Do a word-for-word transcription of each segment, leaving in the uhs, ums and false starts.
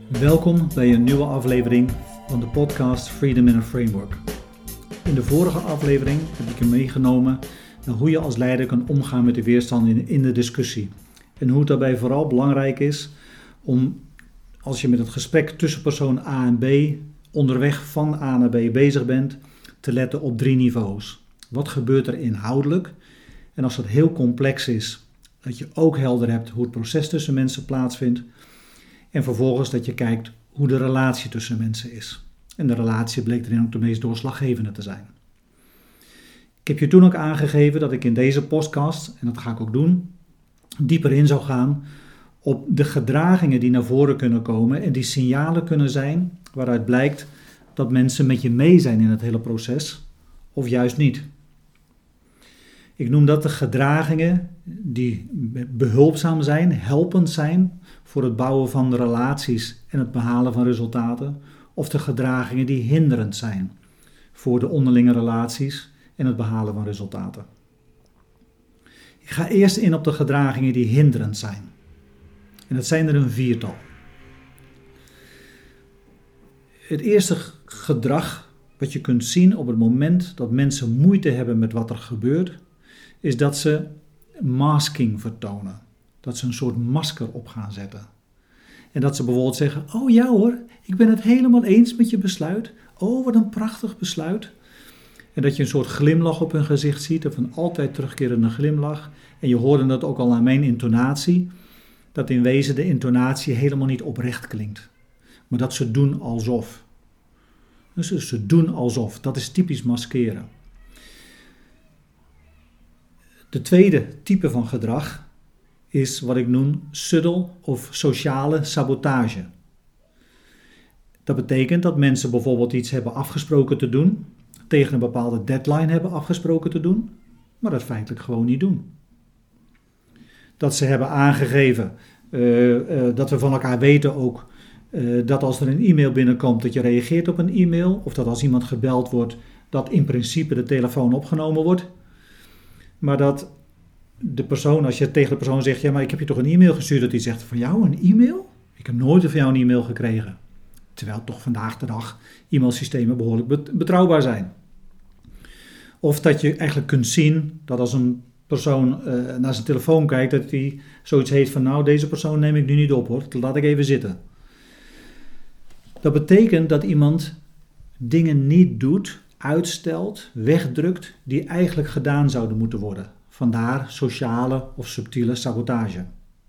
Welkom bij een nieuwe aflevering van de podcast Freedom in a Framework. In de vorige aflevering heb ik je meegenomen naar hoe je als leider kan omgaan met de weerstand in, in de discussie. En hoe het daarbij vooral belangrijk is om, als je met het gesprek tussen persoon A en B onderweg van A naar B bezig bent, te letten op drie niveaus. Wat gebeurt er inhoudelijk? En als dat heel complex is, dat je ook helder hebt hoe het proces tussen mensen plaatsvindt. En vervolgens dat je kijkt hoe de relatie tussen mensen is. En de relatie bleek erin ook de meest doorslaggevende te zijn. Ik heb je toen ook aangegeven dat ik in deze podcast, en dat ga ik ook doen, dieper in zou gaan op de gedragingen die naar voren kunnen komen en die signalen kunnen zijn waaruit blijkt dat mensen met je mee zijn in het hele proces of juist niet. Ik noem dat de gedragingen die behulpzaam zijn, helpend zijn voor het bouwen van relaties en het behalen van resultaten, of de gedragingen die hinderend zijn voor de onderlinge relaties en het behalen van resultaten. Ik ga eerst in op de gedragingen die hinderend zijn. En dat zijn er een viertal. Het eerste gedrag wat je kunt zien op het moment dat mensen moeite hebben met wat er gebeurt, is dat ze masking vertonen. Dat ze een soort masker op gaan zetten. En dat ze bijvoorbeeld zeggen, oh ja hoor, ik ben het helemaal eens met je besluit. Oh, wat een prachtig besluit. En dat je een soort glimlach op hun gezicht ziet, of een altijd terugkerende glimlach. En je hoorde dat ook al aan mijn intonatie, dat in wezen de intonatie helemaal niet oprecht klinkt. Maar dat ze doen alsof. Dus ze doen alsof, dat is typisch maskeren. De tweede type van gedrag is wat ik noem subtle of sociale sabotage. Dat betekent dat mensen bijvoorbeeld iets hebben afgesproken te doen, tegen een bepaalde deadline hebben afgesproken te doen, maar dat feitelijk gewoon niet doen. Dat ze hebben aangegeven, uh, uh, dat we van elkaar weten ook, uh, dat als er een e-mail binnenkomt dat je reageert op een e-mail, of dat als iemand gebeld wordt, dat in principe de telefoon opgenomen wordt. Maar dat de persoon, als je tegen de persoon zegt, ja maar ik heb je toch een e-mail gestuurd, dat hij zegt, van jou een e-mail? Ik heb nooit van jou een e-mail gekregen. Terwijl toch vandaag de dag e-mailsystemen behoorlijk betrouwbaar zijn. Of dat je eigenlijk kunt zien dat als een persoon uh, naar zijn telefoon kijkt, dat hij zoiets heeft van, nou deze persoon neem ik nu niet op hoor, laat ik even zitten. Dat betekent dat iemand dingen niet doet, uitstelt, wegdrukt, die eigenlijk gedaan zouden moeten worden. Vandaar sociale of subtiele sabotage.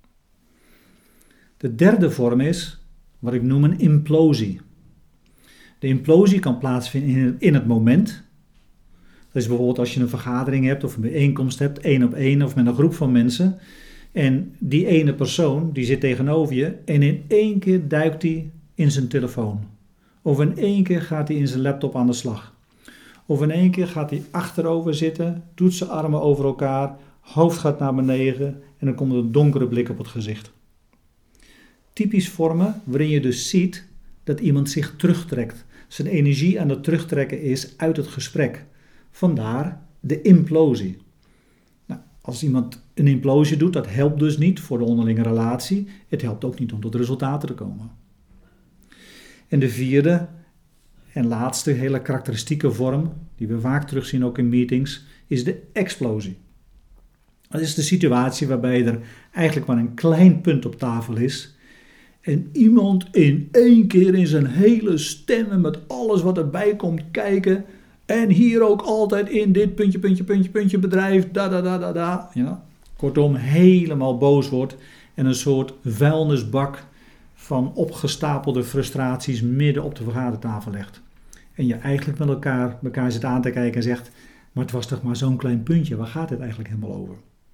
De derde vorm is wat ik noem een implosie. De implosie kan plaatsvinden in het moment. Dat is bijvoorbeeld als je een vergadering hebt of een bijeenkomst hebt, één op één of met een groep van mensen. En die ene persoon die zit tegenover je en in één keer duikt hij in zijn telefoon. Of in één keer gaat hij in zijn laptop aan de slag. Of in één keer gaat hij achterover zitten, doet zijn armen over elkaar, hoofd gaat naar beneden en dan komt er een donkere blik op het gezicht. Typisch vormen waarin je dus ziet dat iemand zich terugtrekt. Zijn energie aan het terugtrekken is uit het gesprek. Vandaar de implosie. Nou, als iemand een implosie doet, dat helpt dus niet voor de onderlinge relatie. Het helpt ook niet om tot resultaten te komen. En de vierde en laatste hele karakteristieke vorm, die we vaak terugzien ook in meetings, is de explosie. Dat is de situatie waarbij er eigenlijk maar een klein punt op tafel is en iemand in één keer in zijn hele stem met alles wat erbij komt kijken en hier ook altijd in dit puntje, puntje, puntje, puntje bedrijf, da, da, da, da, da. Ja. Kortom, helemaal boos wordt en een soort vuilnisbak van opgestapelde frustraties midden op de vergadertafel legt. En je eigenlijk met elkaar, elkaar zit aan te kijken en zegt, maar het was toch maar zo'n klein puntje, waar gaat het eigenlijk helemaal over?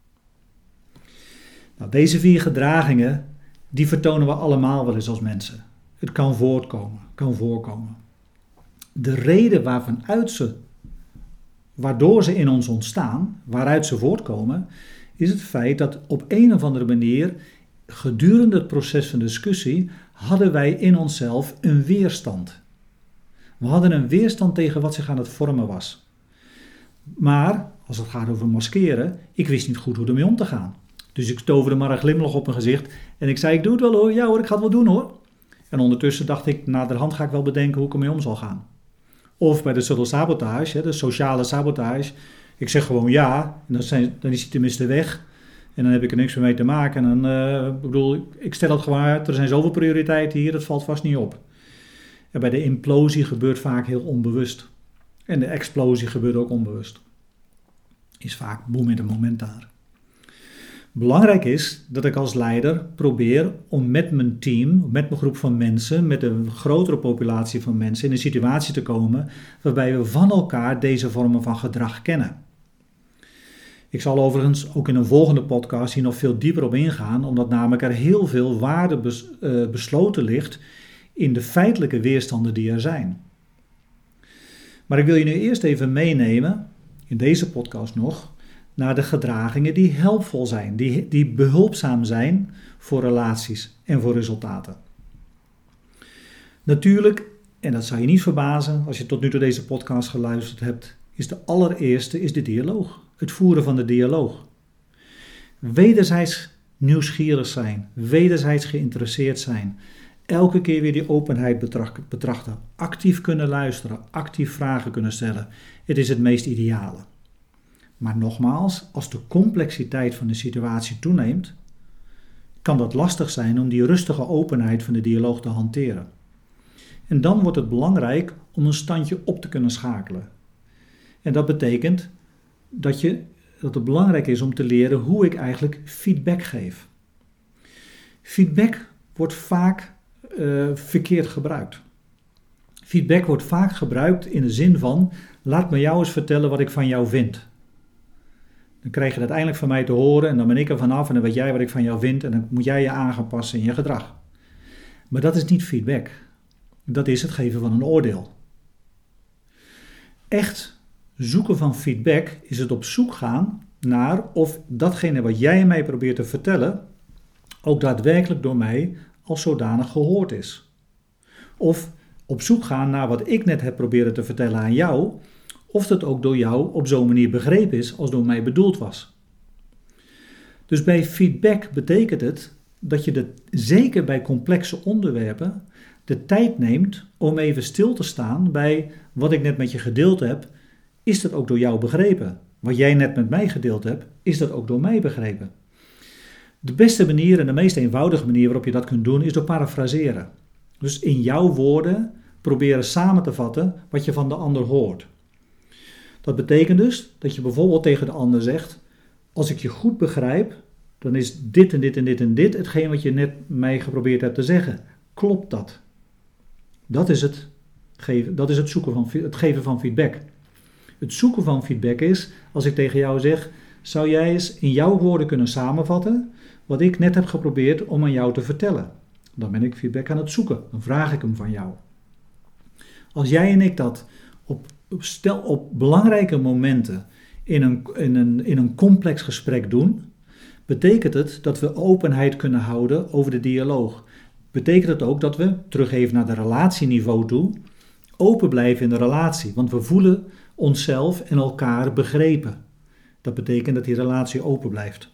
Nou, deze vier gedragingen, die vertonen we allemaal wel eens als mensen. Het kan voortkomen, kan voorkomen. De reden waarvanuit ze, waardoor ze in ons ontstaan, waaruit ze voortkomen, is het feit dat op een of andere manier gedurende het proces van discussie hadden wij in onszelf een weerstand. We hadden een weerstand tegen wat zich aan het vormen was. Maar, als het gaat over maskeren, ik wist niet goed hoe ermee om te gaan. Dus ik toverde maar een glimlach op mijn gezicht en ik zei, ik doe het wel hoor, ja hoor, ik ga het wel doen hoor. En ondertussen dacht ik, naderhand ga ik wel bedenken hoe ik ermee om zal gaan. Of bij de subtle sabotage, de sociale sabotage. Ik zeg gewoon ja, en dan, zijn, dan is hij tenminste weg. En dan heb ik er niks meer mee te maken. En dan, uh, ik bedoel, ik stel het gewoon uit. Er zijn zoveel prioriteiten hier, dat valt vast niet op. En bij de implosie gebeurt vaak heel onbewust. En de explosie gebeurt ook onbewust. Is vaak boem in het moment daar. Belangrijk is dat ik als leider probeer om met mijn team, met mijn groep van mensen, met een grotere populatie van mensen in een situatie te komen waarbij we van elkaar deze vormen van gedrag kennen. Ik zal overigens ook in een volgende podcast hier nog veel dieper op ingaan, omdat namelijk er heel veel waarde bes, uh, besloten ligt in de feitelijke weerstanden die er zijn. Maar ik wil je nu eerst even meenemen, in deze podcast nog, naar de gedragingen die helpvol zijn, die, die behulpzaam zijn voor relaties en voor resultaten. Natuurlijk, en dat zou je niet verbazen als je tot nu toe deze podcast geluisterd hebt, is de allereerste is de dialoog. Het voeren van de dialoog. Wederzijds nieuwsgierig zijn, wederzijds geïnteresseerd zijn. Elke keer weer die openheid betrachten. Actief kunnen luisteren, actief vragen kunnen stellen. Het is het meest ideale. Maar nogmaals, als de complexiteit van de situatie toeneemt, kan dat lastig zijn om die rustige openheid van de dialoog te hanteren. En dan wordt het belangrijk om een standje op te kunnen schakelen. En dat betekent dat, je, dat het belangrijk is om te leren hoe ik eigenlijk feedback geef. Feedback wordt vaak uh, verkeerd gebruikt. Feedback wordt vaak gebruikt in de zin van, laat me jou eens vertellen wat ik van jou vind. Dan krijg je dat uiteindelijk van mij te horen en dan ben ik er vanaf en dan weet jij wat ik van jou vind en dan moet jij je aan gaan passen in je gedrag. Maar dat is niet feedback. Dat is het geven van een oordeel. Echt zoeken van feedback is het op zoek gaan naar of datgene wat jij mij probeert te vertellen ook daadwerkelijk door mij als zodanig gehoord is. Of op zoek gaan naar wat ik net heb proberen te vertellen aan jou, of dat ook door jou op zo'n manier begrepen is als door mij bedoeld was. Dus bij feedback betekent het dat je de, zeker bij complexe onderwerpen de tijd neemt om even stil te staan bij wat ik net met je gedeeld heb. Is dat ook door jou begrepen? Wat jij net met mij gedeeld hebt, is dat ook door mij begrepen? De beste manier en de meest eenvoudige manier waarop je dat kunt doen is door parafraseren. Dus in jouw woorden proberen samen te vatten wat je van de ander hoort. Dat betekent dus dat je bijvoorbeeld tegen de ander zegt, als ik je goed begrijp, dan is dit en dit en dit en dit hetgeen wat je net mij geprobeerd hebt te zeggen. Klopt dat? Dat is het, geven, dat is het, zoeken van, het geven van feedback. Het zoeken van feedback is, als ik tegen jou zeg, zou jij eens in jouw woorden kunnen samenvatten wat ik net heb geprobeerd om aan jou te vertellen? Dan ben ik feedback aan het zoeken, dan vraag ik hem van jou. Als jij en ik dat op, stel, op belangrijke momenten in een, in, een, in een complex gesprek doen, betekent het dat we openheid kunnen houden over de dialoog. Betekent het ook dat we, terug even naar de relatieniveau toe, open blijven in de relatie. Want we voelen onszelf en elkaar begrepen. Dat betekent dat die relatie open blijft.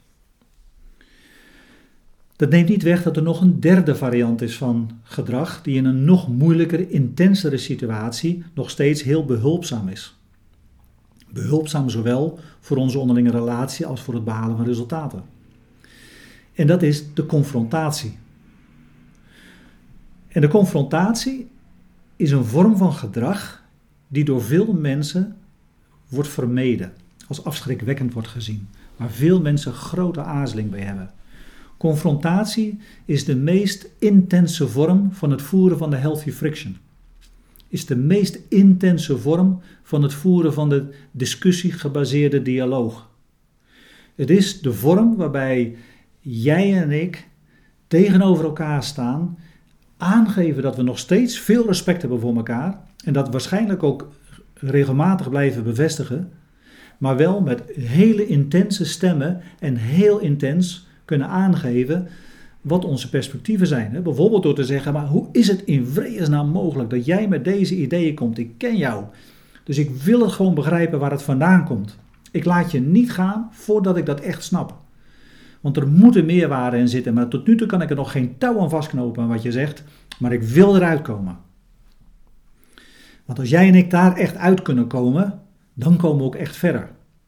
Dat neemt niet weg dat er nog een derde variant is van gedrag die in een nog moeilijker, intensere situatie nog steeds heel behulpzaam is. Behulpzaam zowel voor onze onderlinge relatie als voor het behalen van resultaten. En dat is de confrontatie. En de confrontatie is een vorm van gedrag die door veel mensen wordt vermeden, als afschrikwekkend wordt gezien, waar veel mensen grote aarzeling bij hebben. Confrontatie is de meest intense vorm van het voeren van de healthy friction. Is de meest intense vorm van het voeren van de discussiegebaseerde dialoog. Het is de vorm waarbij jij en ik tegenover elkaar staan, aangeven dat we nog steeds veel respect hebben voor elkaar en dat waarschijnlijk ook regelmatig blijven bevestigen, maar wel met hele intense stemmen en heel intens kunnen aangeven wat onze perspectieven zijn. Bijvoorbeeld door te zeggen, maar hoe is het in vredesnaam mogelijk dat jij met deze ideeën komt? Ik ken jou, dus ik wil het gewoon begrijpen waar het vandaan komt. Ik laat je niet gaan voordat ik dat echt snap. Want er moet een meerwaarde in zitten. Maar tot nu toe kan ik er nog geen touw aan vastknopen aan wat je zegt. Maar ik wil eruit komen. Want als jij en ik daar echt uit kunnen komen, dan komen we ook echt verder.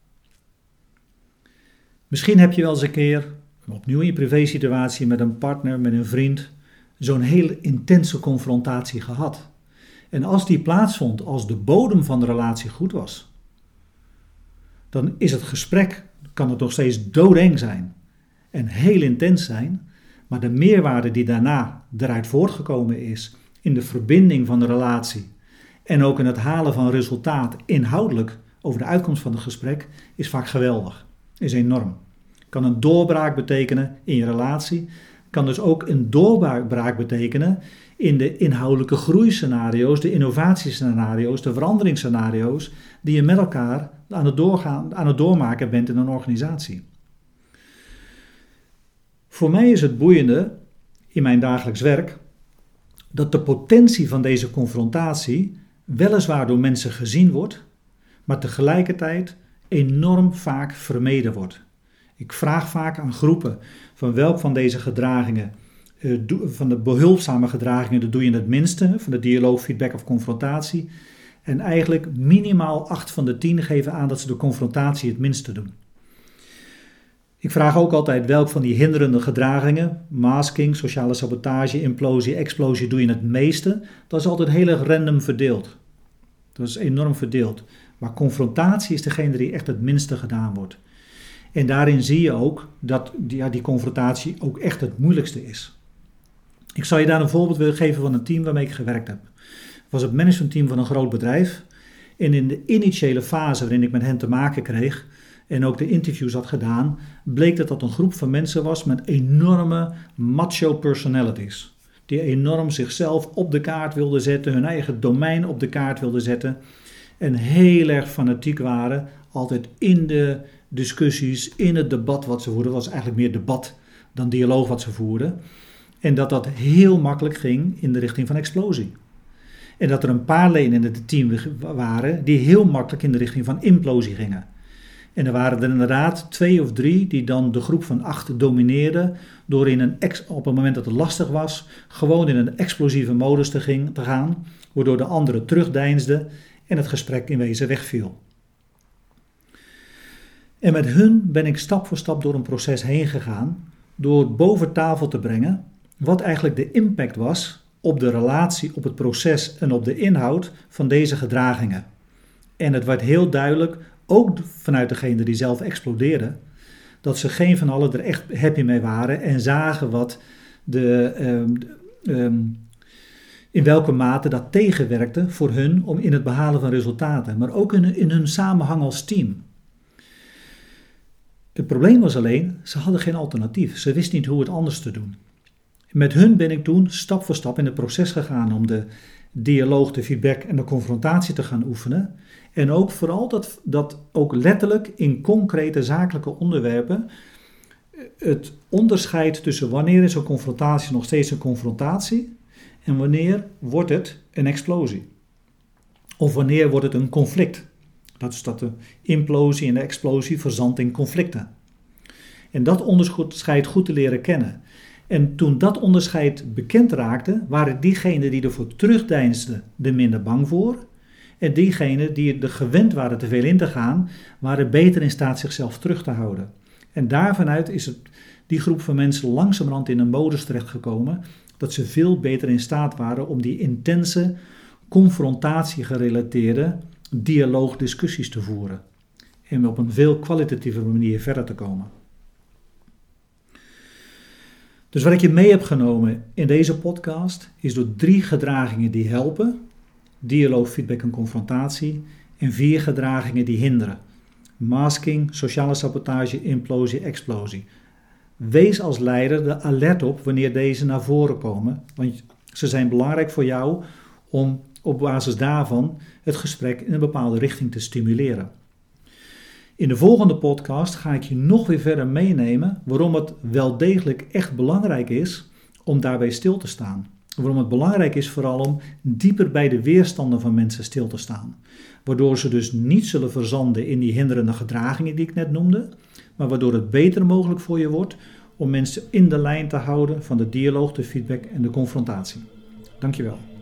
Misschien heb je wel eens een keer, opnieuw in je privésituatie met een partner, met een vriend, zo'n hele intense confrontatie gehad. En als die plaatsvond, als de bodem van de relatie goed was, dan is het gesprek, kan het nog steeds doodeng zijn en heel intens zijn, maar de meerwaarde die daarna eruit voortgekomen is in de verbinding van de relatie en ook in het halen van resultaat inhoudelijk over de uitkomst van het gesprek, is vaak geweldig, is enorm. Kan een doorbraak betekenen in je relatie, kan dus ook een doorbraak betekenen in de inhoudelijke groeiscenario's, de innovatiescenario's, de veranderingsscenario's die je met elkaar aan het, doorgaan, aan het doormaken bent in een organisatie. Voor mij is het boeiende in mijn dagelijks werk dat de potentie van deze confrontatie weliswaar door mensen gezien wordt, maar tegelijkertijd enorm vaak vermeden wordt. Ik vraag vaak aan groepen van welk van deze gedragingen, van de behulpzame gedragingen, dat doe je het minste, van de dialoog, feedback of confrontatie. En eigenlijk minimaal acht van de tien geven aan dat ze de confrontatie het minste doen. Ik vraag ook altijd welk van die hinderende gedragingen, masking, sociale sabotage, implosie, explosie, doe je het meeste. Dat is altijd heel erg random verdeeld. Dat is enorm verdeeld. Maar confrontatie is degene die echt het minste gedaan wordt. En daarin zie je ook dat die, ja, die confrontatie ook echt het moeilijkste is. Ik zal je daar een voorbeeld willen geven van een team waarmee ik gewerkt heb. Het was het managementteam van een groot bedrijf. En in de initiële fase waarin ik met hen te maken kreeg en ook de interviews had gedaan, bleek dat dat een groep van mensen was met enorme macho personalities. Die enorm zichzelf op de kaart wilden zetten, hun eigen domein op de kaart wilden zetten. En heel erg fanatiek waren, altijd in de discussies, in het debat wat ze voerden. Het was eigenlijk meer debat dan dialoog wat ze voerden. En dat dat heel makkelijk ging in de richting van explosie. En dat er een paar leden in het team waren die heel makkelijk in de richting van implosie gingen. En er waren er inderdaad twee of drie die dan de groep van acht domineerden door in een ex- op het moment dat het lastig was gewoon in een explosieve modus te, ging, te gaan, waardoor de anderen terugdeinsden en het gesprek in wezen wegviel. En met hun ben ik stap voor stap door een proces heen gegaan door boven tafel te brengen wat eigenlijk de impact was op de relatie, op het proces en op de inhoud van deze gedragingen. En het werd heel duidelijk, ook vanuit degene die zelf explodeerden, dat ze geen van allen er echt happy mee waren en zagen wat de, um, um, in welke mate dat tegenwerkte voor hun om in het behalen van resultaten, maar ook in, in hun samenhang als team. Het probleem was alleen, ze hadden geen alternatief. Ze wisten niet hoe het anders te doen. Met hun ben ik toen stap voor stap in het proces gegaan om de dialoog, de feedback en de confrontatie te gaan oefenen. En ook vooral dat, dat ook letterlijk in concrete zakelijke onderwerpen het onderscheid tussen wanneer is een confrontatie nog steeds een confrontatie en wanneer wordt het een explosie. Of wanneer wordt het een conflict. Dat is dat de implosie en de explosie verzandt in conflicten. En dat onderscheid goed te leren kennen. En toen dat onderscheid bekend raakte, waren diegenen die ervoor terugdeinsden er minder bang voor. En diegenen die er gewend waren te veel in te gaan, waren beter in staat zichzelf terug te houden. En daarvanuit is het, die groep van mensen langzamerhand in een modus terechtgekomen dat ze veel beter in staat waren om die intense, confrontatiegerelateerde dialoogdiscussies te voeren. En op een veel kwalitatievere manier verder te komen. Dus wat ik je mee heb genomen in deze podcast is door drie gedragingen die helpen. Dialoog, feedback en confrontatie. En vier gedragingen die hinderen. Masking, sociale sabotage, implosie, explosie. Wees als leider er alert op wanneer deze naar voren komen. Want ze zijn belangrijk voor jou om op basis daarvan het gesprek in een bepaalde richting te stimuleren. In de volgende podcast ga ik je nog weer verder meenemen waarom het wel degelijk echt belangrijk is om daarbij stil te staan. Waarom het belangrijk is vooral om dieper bij de weerstanden van mensen stil te staan. Waardoor ze dus niet zullen verzanden in die hinderende gedragingen die ik net noemde, maar waardoor het beter mogelijk voor je wordt om mensen in de lijn te houden van de dialoog, de feedback en de confrontatie. Dankjewel.